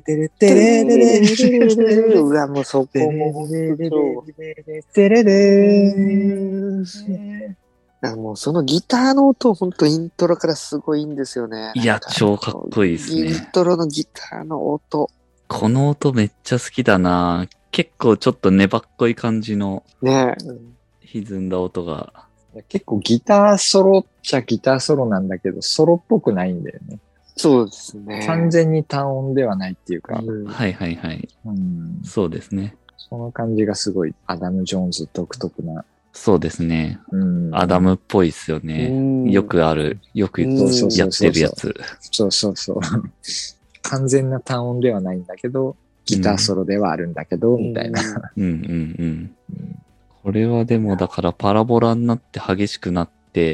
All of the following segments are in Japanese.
テレテレレレレうわ、もうそこももうそのギターの音、ほんとイントロからすごいいいんですよね。 いや、超かっこいいですね。 イントロのギターの音。 この音めっちゃ好きだな。結構ちょっと粘っこい感じの。 ね歪んだ音が。 結構ギターソロっちゃギターソロなんだけど、ソロっぽくないんだよね。 そうですね。 完全に単音ではないっていうか。 はいはいはい。そうですね。 その感じがすごいアダム・ジョーンズ独特な。 そうですね。アダムっぽいっすよね。よくやってるやつ。 そうそうそう。完全な単音ではないんだけど、ギターソロではあるんだけど、みたいな。 これはでもだからパラボラになって激しくなって、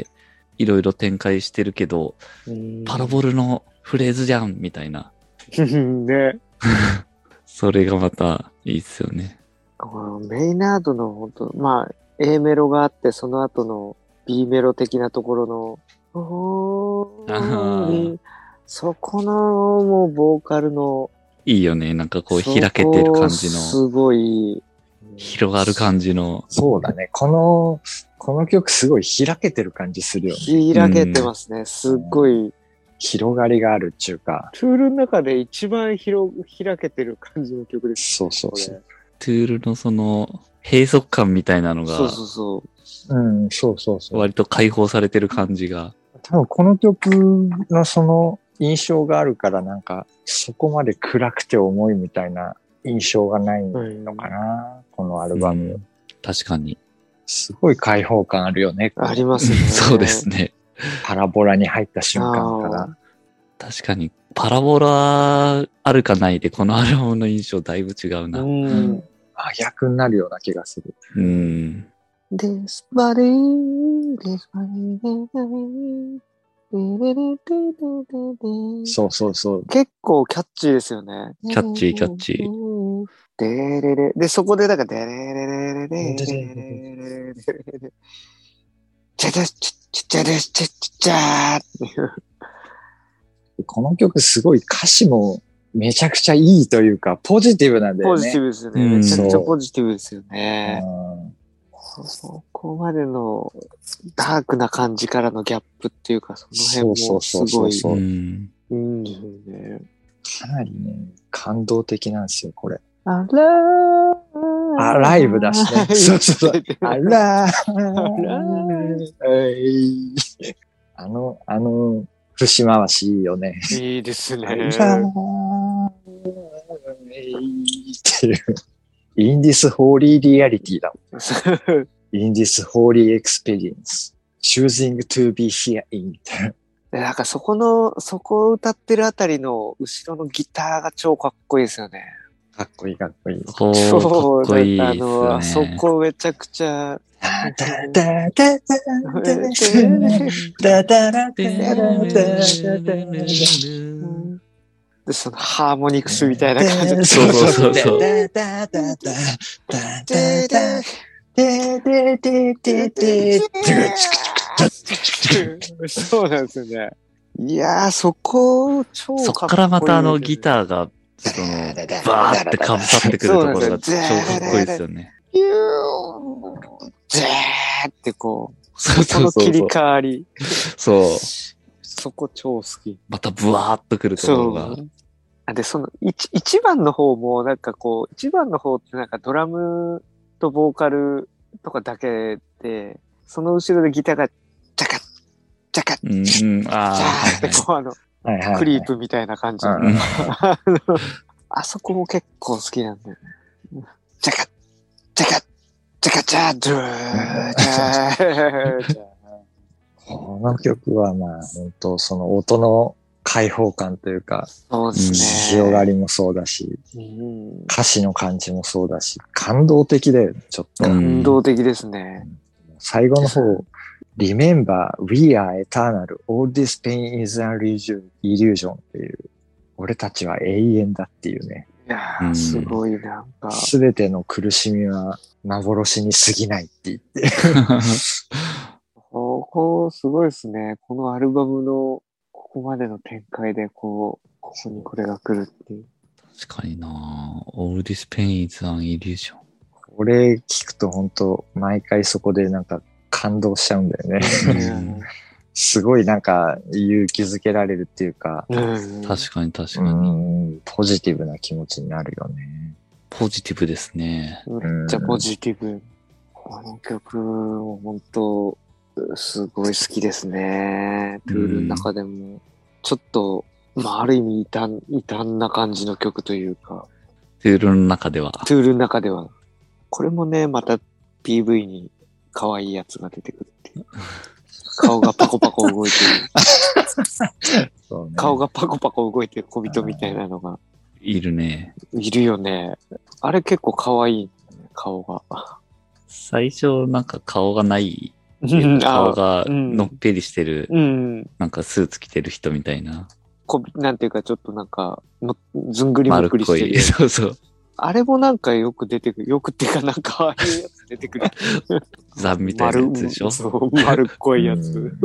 いろいろ展開してるけど、パラボルのフレーズじゃんみたいな。 ね。 それがまたいいっすよね。 メイナードの本当まあ、A メロがあって、その後の B メロ的なところの、 そこのもうボーカルのいいよね。なんかこう開けてる感じの。 すごい。 広がる感じの。 そうだね。この曲すごい開けてる感じするよね。 開けてますね。すっごい。 広がりがあるっていうか。 トゥールの中で一番開けてる感じの曲です。 そうそうそう。 トゥールのその閉塞感みたいなのが。 そうそうそう。 うん、そうそうそう。 割と解放されてる感じが。 多分この曲のその印象があるからなんかそこまで暗くて重いみたいな印象がないのかな、このアルバム、 確かに。 すごい開放感あるよね。 ありますね。 そうですね。 パラボラに入った瞬間から。 確かに、パラボラあるかないでこのアルバムの印象だいぶ違うな。 真逆になるような気がする。 This body, this body, そうそうそう。 結構キャッチーですよね。 キャッチー、キャッチー。 でれれ。で、そこで、だから、でれれれれれれれれれちゃちゃちゃちゃちゃちゃちゃっていう。 この曲すごい歌詞もめちゃくちゃいいというか、ポジティブなんだよね。 ポジティブですよね。めちゃくちゃポジティブですよね。そこまでのダークな感じからのギャップっていうか、その辺もすごいいいんですよね。 かなりね、感動的なんですよ、これ。 ライブだしね。そうそうそう。節回しいいよね。 いいですね。 っていう。In this holy reality だもん。In this holy experience. Choosing to be here in. なんかそこを歌ってるあたりの後ろのギターが超かっこいいですよね。 かっこいいかっこいい。 超かっこいいですね。 あそこめちゃくちゃ。で、そのハーモニクスみたいな感じで。 そうそうそうそう。 そうなんですよね。いやー、そこ、超かっこいい、ね。 そっからまたギターが、バーってかぶさってくるところが超かっこいいですよね。 ゼーってこう、その切り替わり。 そう。 そこ超好き。 またブワーっとくるところが。 で、その一番の方もなんかこう、一番の方ってなんかドラムとボーカルとかだけで、その後ろでギターが、ジャカッ、ジャカッ、ジャーってこうクリープみたいな感じ。あそこも結構好きなんだよね。ジャカッ、ジャカッ、ジャカッ、ジャー、ドゥー、ジャー。 この曲はまあ本当その音の開放感というか、 そうですね。 広がりもそうだし、歌詞の感じもそうだし、感動的だよね、ちょっと。 感動的ですね。 最後の方、Remember, we are eternal. All this pain is an illusion っていう、俺たちは永遠だっていうね。 いやー、すごいなんか。 すべての苦しみは幻に過ぎないって言って。 ここすごいですね。このアルバムのここまでの展開でここにこれが来るっていう。 確かになぁ。All this pain is an illusion。 これ聞くと本当毎回そこでなんか感動しちゃうんだよね。すごいなんか勇気づけられるっていうか。 確かに確かに。 ポジティブな気持ちになるよね。 ポジティブですね。 めっちゃポジティブ。この曲も本当すごい好きですね。トゥールの中でも。ちょっと、まあ、ある意味異端な感じの曲というか。 トゥールの中では。 トゥールの中では。これもね、また PV に可愛いやつが出てくるっていう。顔がパコパコ動いてる。そうね、顔がパコパコ動いてる小人みたいなのが。 いるね。 いるよね。あれ結構可愛い、顔が。 最初なんか顔がない。顔がのっぺりしてる、なんかスーツ着てる人みたいな。 なんていうかちょっとなんか、ずんぐりむっくりしてる。 丸っこい。そうそう。 あれもなんかよく出てくる。よくっていうかなんかああいうやつ出てくる。 ザンみたいなやつでしょ。 そう、丸っこいやつ。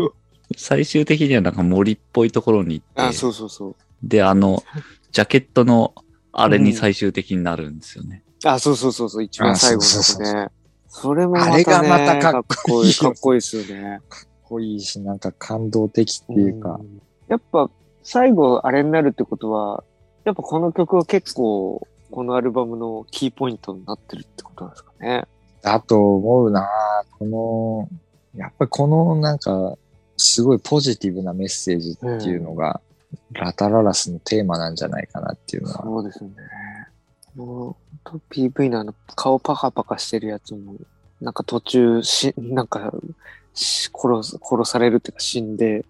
最終的にはなんか森っぽいところに行って。 あ、そうそうそう。 で、ジャケットのあれに最終的になるんですよね。 あ、そうそうそうそう、一番最後のとこね。それもまたね、あれがまたかっこいい。かっこいいですよね。 かっこいいし、なんか感動的っていうか。 やっぱ、最後あれになるってことは、やっぱこの曲は結構、このアルバムのキーポイントになってるってことなんですかね。 だと思うな。やっぱりこのなんか、すごいポジティブなメッセージっていうのが、ラタララスのテーマなんじゃないかなっていうのは。 そうですね。もう、PV の顔パカパカしてるやつも、なんか途中なんか殺されるっていうか死んで、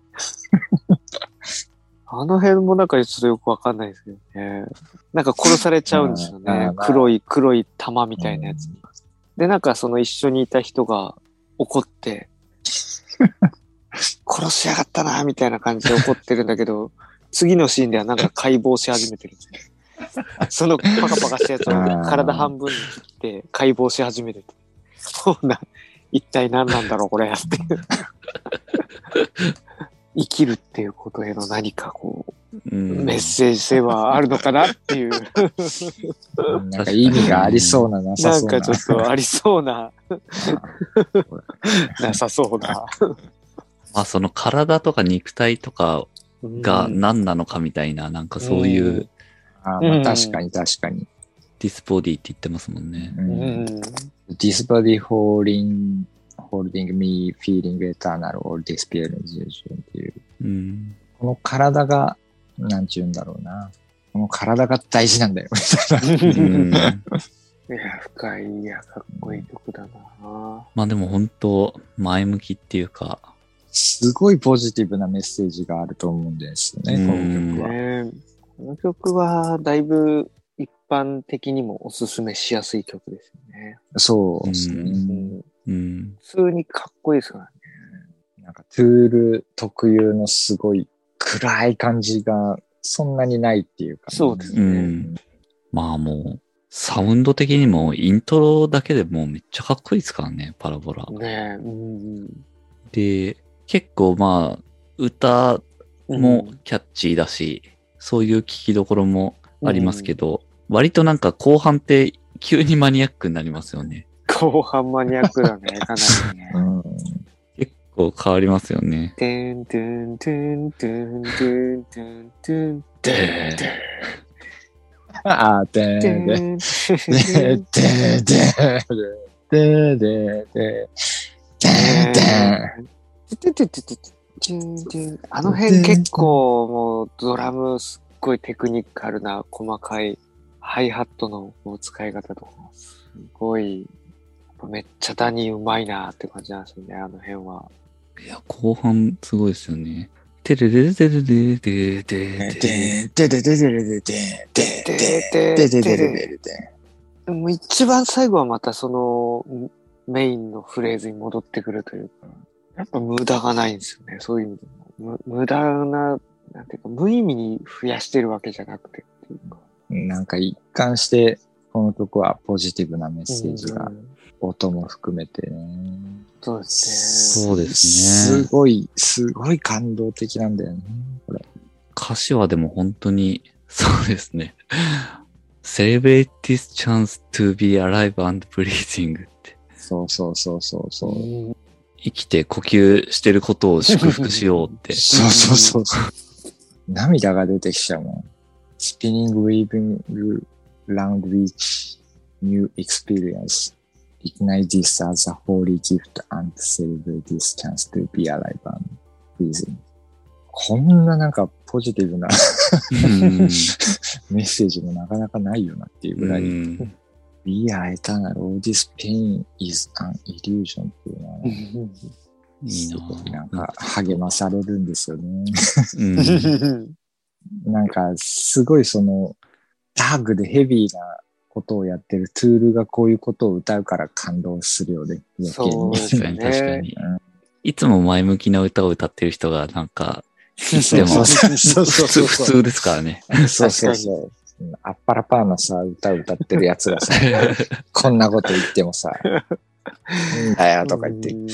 あの辺もなんかちょっとよくわかんないですけどね。なんか殺されちゃうんですよね。黒い玉みたいなやつに。で、なんかその一緒にいた人が怒って、殺しやがったなみたいな感じで怒ってるんだけど、次のシーンではなんか解剖し始めてるんですよ。そのパカパカしたやつを体半分に切って解剖し始めてて。一体何なんだろうこれって。生きるっていうことへの何かこう、メッセージ性はあるのかなっていう。 なんか意味がありそうな、なさそうな。 なんかちょっとありそうな。なさそうな。 まあその体とか肉体とかが何なのかみたいな、なんかそういう。 まあ確かに確かに。 ディスボディって言ってますもんね。 This body holding me feeling eternal or disappearing っていう。この体が、なんちゅうんだろうな。この体が大事なんだよ、みたいな。 いや、深い、いや、かっこいい曲だな。 まあでも本当、前向きっていうか。 すごいポジティブなメッセージがあると思うんですよね、この曲は。 この曲は、だいぶ一般的にもおすすめしやすい曲ですよね。 そうですね。 普通にかっこいいですからね。 なんか、トゥール特有のすごい暗い感じがそんなにないっていうか、 ね。そうですね。 まあもう、サウンド的にもイントロだけでもうめっちゃかっこいいですからね、パラボラ。 ねで、結構まあ、歌もキャッチーだし、そういう聞きどころもありますけど、割となんか後半って急にマニアックになりますよね。 後半マニアックだね、かなりね。 結構変わりますよね。 てんてんてんてんてんてんてんてんてん。 あー、てんてんてんてんてんてんてん。 あの辺結構もうドラムすっごいテクニカルな細かいハイハットの使い方とかすごいめっちゃダニーうまいなって感じなんですよね、あの辺は。 いや、後半すごいですよね。テレレレレレレレレレレでも一番最後はまたそのメインのフレーズに戻ってくるというか、やっぱ無駄がないんですよね、そういう意味でも。無駄な、なんていうか、無意味に増やしてるわけじゃなくてっていうか。 なんか一貫して、この曲はポジティブなメッセージが、音も含めてね。 そうですね。そうですね。すごい感動的なんだよね、これ。 歌詞はでも本当に、そうですね。Celebrate this chance to be alive and breathing って。 そう。 生きて呼吸してることを祝福しようって。 そう。涙が出てきちゃうもん。Spinning, weaving round which new experience. Ignite this as a holy gift and celebrate this chance to be alive and breathing. こんななんかポジティブなメッセージもなかなかないよなっていうぐらい。We are eternal. All this pain is an illusion っていうのは、 いいな。 なんか励まされるんですよね。なんかすごいそのダークでヘビーなことをやってるトゥールがこういうことを歌うから感動するよね。 そうですね。 確かに。いつも前向きな歌を歌ってる人がなんか、でも普通ですからね。 そう。アッパラパーのさ、歌ってるやつがさ、こんなこと言ってもさ、いいんだよとか言って、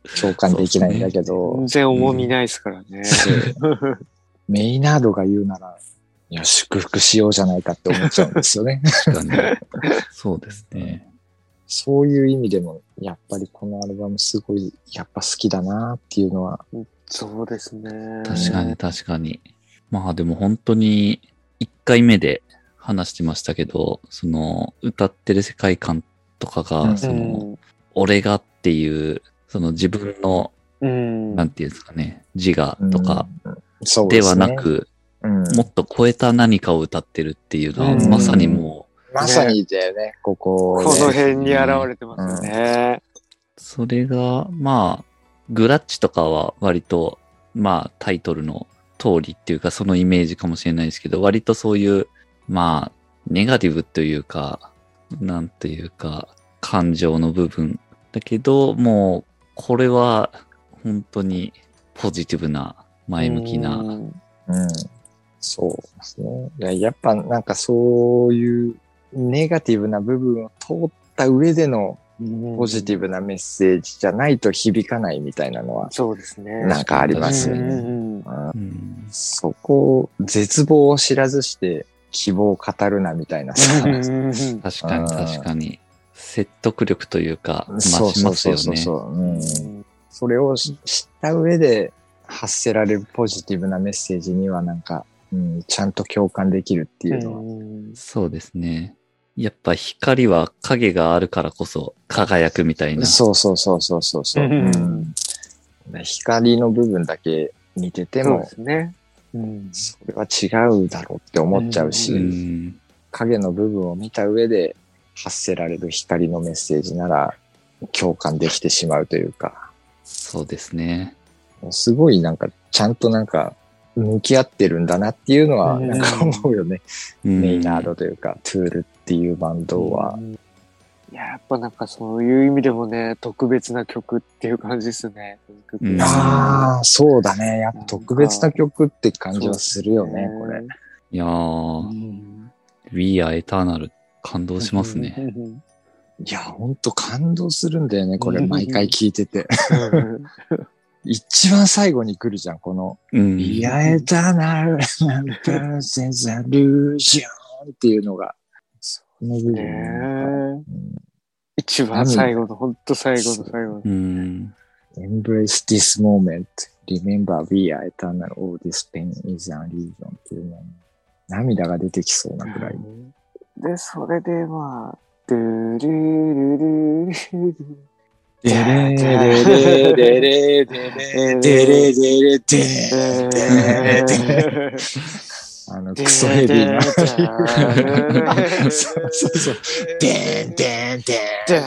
共感できないんだけど。 全然重みないですからね。 メイナードが言うなら、いや、祝福しようじゃないかって思っちゃうんですよね。 確かに。そうですね。 そういう意味でも、やっぱりこのアルバムすごい、やっぱ好きだなっていうのは。 そうですね。 確かに確かに。まあでも本当に、1回目で話してましたけど、その、歌ってる世界観とかが、その、俺がっていう、その自分の、なんていうんですかね、自我とか、ではなく、もっと超えた何かを歌ってるっていうのは、まさにもう、まさにだよね、ここ。 この辺に現れてますね。 それが、まあ、グラッチとかは割と、まあ、タイトルの通りっていうか、そのイメージかもしれないですけど、割とそういう、まあ、ネガティブというか、なんていうか、感情の部分。だけど、もう、これは、本当にポジティブな、前向きな。 そうですね。やっぱなんかそういうネガティブな部分を通った上でのポジティブなメッセージじゃないと響かないみたいなのは、 そうですね。 なんかありますよね。そこを絶望を知らずして希望を語るなみたいなさ。 確かに確かに。説得力というか、増しますよね。 それを知った上で発せられるポジティブなメッセージにはなんか、ちゃんと共感できるっていうのは。 そうですね。やっぱ光は影があるからこそ輝くみたいな。 そう。光の部分だけ見てても、それは違うだろうって思っちゃうし、影の部分を見た上で発せられる光のメッセージなら共感できてしまうというか。 そうですね。 すごいなんか、ちゃんとなんか、向き合ってるんだなっていうのは、なんか思うよね。メイナードというか、トゥールっていうバンドは。 やっぱなんかそういう意味でもね、特別な曲っていう感じですね。 ああ、そうだね。やっぱ特別な曲って感じはするよね、これ。 いやー、We Are Eternal 感動しますね。 いや、ほんと感動するんだよね、これ、毎回聞いてて。一番最後に来るじゃん、この。We are eternal illusion っていうのが。その部分。 一番最後の、ほんと最後の最後の。 Embrace this moment. Remember we are eternal. All this pain is an illusion っていうの。涙が出てきそうなくらい。 で、それでまあ、ドゥルルルルルデレデレデレデレデレデレデレクソヘビーな。そう。デンデンデン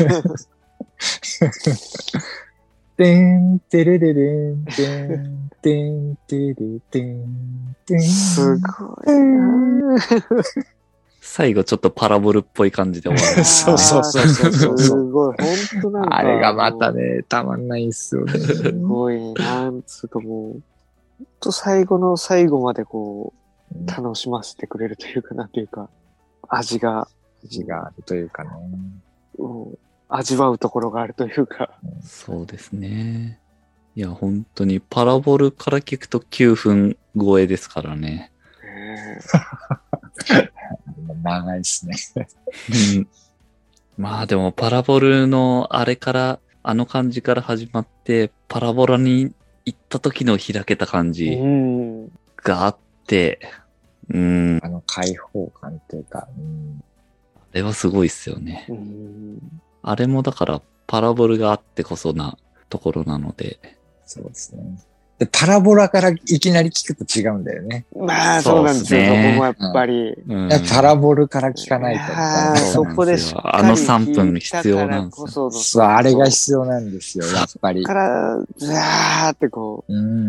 デンデレレデンデンデンデレデンデンすごいな。 最後ちょっとパラボルっぽい感じで終わる。 そう。 すごい、本当なんか。 あれがまたね、たまんないっすよね。 すごい、なんつうかもう、本当最後の最後までこう、楽しませてくれるというか、なんていうか、味があるというかね。 味わうところがあるというか。 そうですね。いや、本当にパラボルから聞くと9分超えですからね。 長いですね。 まあでもパラボルのあれから、あの感じから始まって、パラボラに行った時の開けた感じがあって、 あの開放感というか、 あれはすごいっすよね。あれもだからパラボルがあってこそなところなので。 そうですね。で、パラボラからいきなり聞くと違うんだよね。 まあ、そうなんですよ。そこもやっぱり。 パラボルから聞かないと。 そこでしっかりあの3分必要なんですよ。 そう、あれが必要なんですよ、やっぱり。 から、ザーってこう。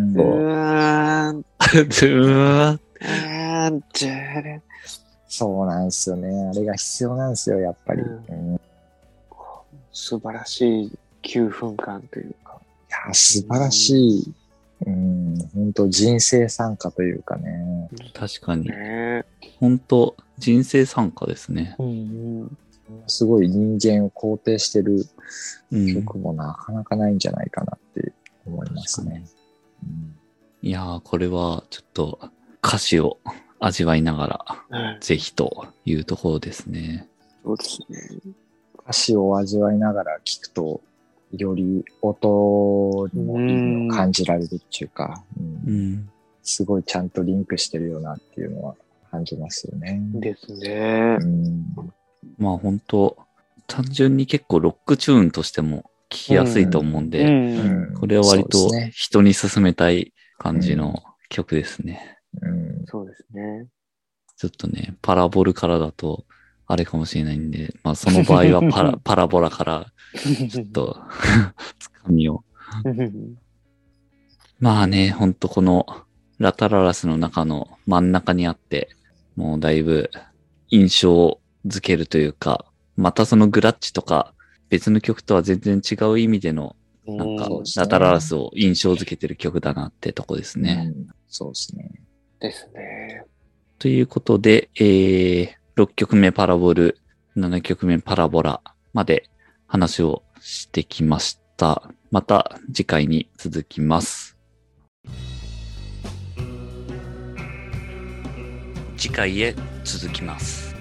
そうなんですよね。あれが必要なんですよ、やっぱり。 素晴らしい9分間というか。 いや、素晴らしい。本当人生参加というかね。 確かに。本当人生参加ですね。 すごい人間を肯定してる曲もなかなかないんじゃないかなって思いますね。 いやー、これはちょっと歌詞を味わいながら、ぜひというところですね。 そうですね。 歌詞を味わいながら聴くと、より音にも意味を感じられるっていうか、すごいちゃんとリンクしてるよなっていうのは感じますよね。 ですね。 まあ本当単純に結構ロックチューンとしても聴きやすいと思うんで、これは割と人に勧めたい感じの曲ですね。 そうですね。 ちょっとね、パラボルからだとあれかもしれないんで、まあその場合はパラボラからちょっとつかみを。まあね、ほんとこのラタララスの中の真ん中にあって、もうだいぶ印象づけるというか、またそのグラッチとか別の曲とは全然違う意味での、なんかラタララスを印象づけてる曲だなってとこですね。 そうですね。 ですね。 ということで、6曲目パラボル、7曲目パラボラまで話をしてきました。また次回に続きます。次回へ続きます。